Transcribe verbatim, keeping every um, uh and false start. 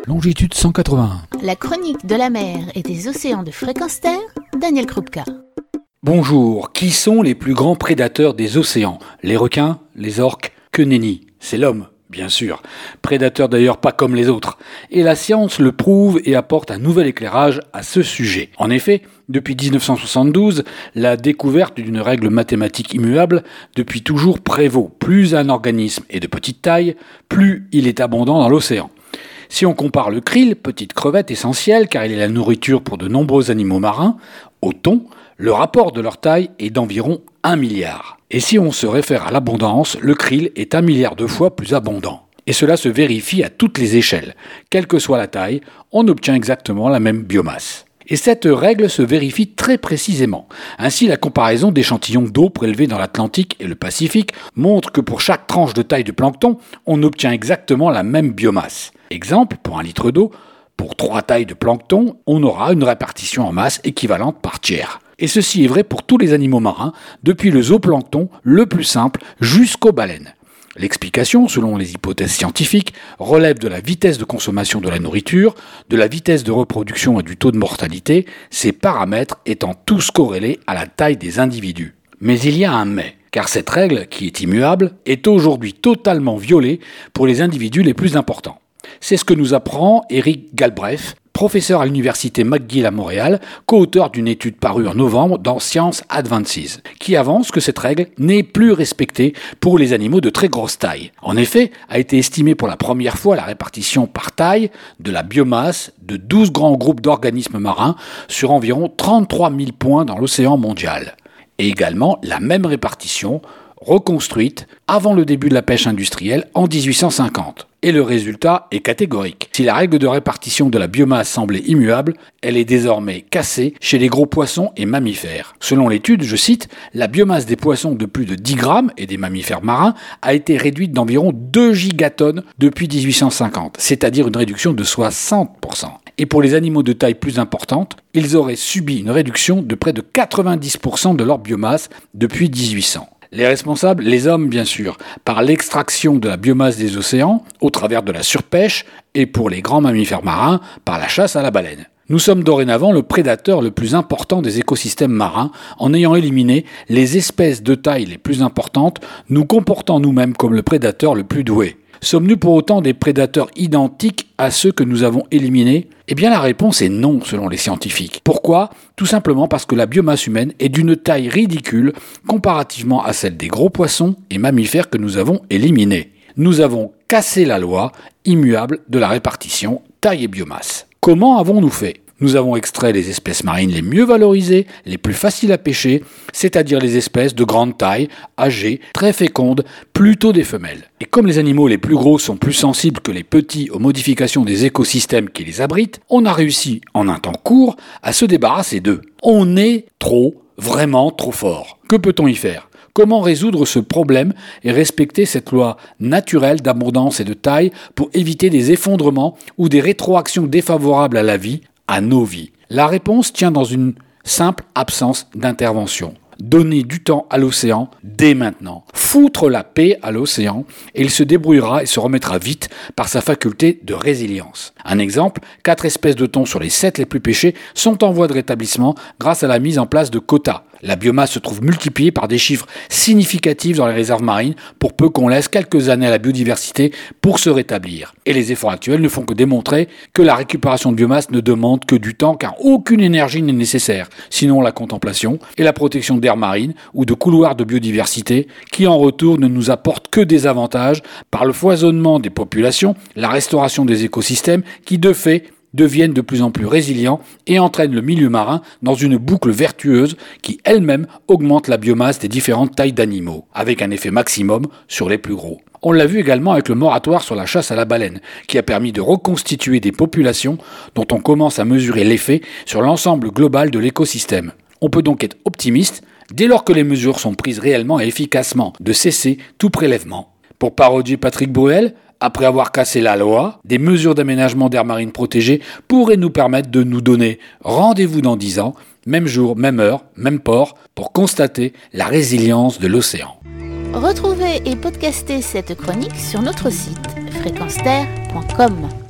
longitude cent quatre-vingt-un. La chronique de la mer et des océans de Fréquence Terre, Daniel Krupka. Bonjour, qui sont les plus grands prédateurs des océans? Les requins, les orques, que nenni? C'est l'homme, bien sûr. Prédateur d'ailleurs pas comme les autres. Et la science le prouve et apporte un nouvel éclairage à ce sujet. En effet, depuis dix-neuf cent soixante-douze, la découverte d'une règle mathématique immuable depuis toujours prévaut. Plus un organisme est de petite taille, plus il est abondant dans l'océan. Si on compare le krill, petite crevette essentielle car il est la nourriture pour de nombreux animaux marins, au thon, le rapport de leur taille est d'environ un milliard. Et si on se réfère à l'abondance, le krill est un milliard de fois plus abondant. Et cela se vérifie à toutes les échelles. Quelle que soit la taille, on obtient exactement la même biomasse. Et cette règle se vérifie très précisément. Ainsi, la comparaison d'échantillons d'eau prélevés dans l'Atlantique et le Pacifique montre que pour chaque tranche de taille de plancton, on obtient exactement la même biomasse. Exemple, pour un litre d'eau, pour trois tailles de plancton, on aura une répartition en masse équivalente par tiers. Et ceci est vrai pour tous les animaux marins, depuis le zooplancton, le plus simple, jusqu'aux baleines. L'explication, selon les hypothèses scientifiques, relève de la vitesse de consommation de la nourriture, de la vitesse de reproduction et du taux de mortalité, ces paramètres étant tous corrélés à la taille des individus. Mais il y a un mais, car cette règle, qui est immuable, est aujourd'hui totalement violée pour les individus les plus importants. C'est ce que nous apprend Eric Galbraith, professeur à l'université McGill à Montréal, co-auteur d'une étude parue en novembre dans Science Advances, qui avance que cette règle n'est plus respectée pour les animaux de très grosse taille. En effet, a été estimée pour la première fois la répartition par taille de la biomasse de douze grands groupes d'organismes marins sur environ trente-trois mille points dans l'océan mondial. Et également la même répartition reconstruite avant le début de la pêche industrielle en dix-huit cent cinquante. Et le résultat est catégorique. Si la règle de répartition de la biomasse semblait immuable, elle est désormais cassée chez les gros poissons et mammifères. Selon l'étude, je cite, la biomasse des poissons de plus de dix grammes et des mammifères marins a été réduite d'environ deux gigatonnes depuis dix-huit cent cinquante, c'est-à-dire une réduction de soixante pour cent. Et pour les animaux de taille plus importante, ils auraient subi une réduction de près de quatre-vingt-dix pour cent de leur biomasse depuis dix-huit cents. Les responsables, les hommes bien sûr, par l'extraction de la biomasse des océans, au travers de la surpêche, et pour les grands mammifères marins, par la chasse à la baleine. Nous sommes dorénavant le prédateur le plus important des écosystèmes marins, en ayant éliminé les espèces de taille les plus importantes, nous comportant nous-mêmes comme le prédateur le plus doué. Sommes-nous pour autant des prédateurs identiques à ceux que nous avons éliminés? Eh bien la réponse est non selon les scientifiques. Pourquoi? Tout simplement parce que la biomasse humaine est d'une taille ridicule comparativement à celle des gros poissons et mammifères que nous avons éliminés. Nous avons cassé la loi immuable de la répartition taille et biomasse. Comment avons-nous fait? Nous avons extrait les espèces marines les mieux valorisées, les plus faciles à pêcher, c'est-à-dire les espèces de grande taille, âgées, très fécondes, plutôt des femelles. Et comme les animaux les plus gros sont plus sensibles que les petits aux modifications des écosystèmes qui les abritent, on a réussi, en un temps court, à se débarrasser d'eux. On est trop, vraiment trop fort. Que peut-on y faire ? Comment résoudre ce problème et respecter cette loi naturelle d'abondance et de taille pour éviter des effondrements ou des rétroactions défavorables à la vie, à nos vies? La réponse tient dans une simple absence d'intervention. Donner du temps à l'océan dès maintenant. Foutre la paix à l'océan et il se débrouillera et se remettra vite par sa faculté de résilience. Un exemple, quatre espèces de thon sur les sept les plus pêchées sont en voie de rétablissement grâce à la mise en place de quotas. La biomasse se trouve multipliée par des chiffres significatifs dans les réserves marines pour peu qu'on laisse quelques années à la biodiversité pour se rétablir. Et les efforts actuels ne font que démontrer que la récupération de biomasse ne demande que du temps car aucune énergie n'est nécessaire, sinon la contemplation et la protection d'aires marines ou de couloirs de biodiversité qui en retour ne nous apportent que des avantages par le foisonnement des populations, la restauration des écosystèmes qui de fait deviennent de plus en plus résilients et entraînent le milieu marin dans une boucle vertueuse qui elle-même augmente la biomasse des différentes tailles d'animaux, avec un effet maximum sur les plus gros. On l'a vu également avec le moratoire sur la chasse à la baleine, qui a permis de reconstituer des populations dont on commence à mesurer l'effet sur l'ensemble global de l'écosystème. On peut donc être optimiste dès lors que les mesures sont prises réellement et efficacement de cesser tout prélèvement. Pour parodier Patrick Bruel, après avoir cassé la loi, des mesures d'aménagement d'aires marines protégées pourraient nous permettre de nous donner rendez-vous dans dix ans, même jour, même heure, même port, pour constater la résilience de l'océan. Retrouvez et podcastez cette chronique sur notre site fréquence terre point com.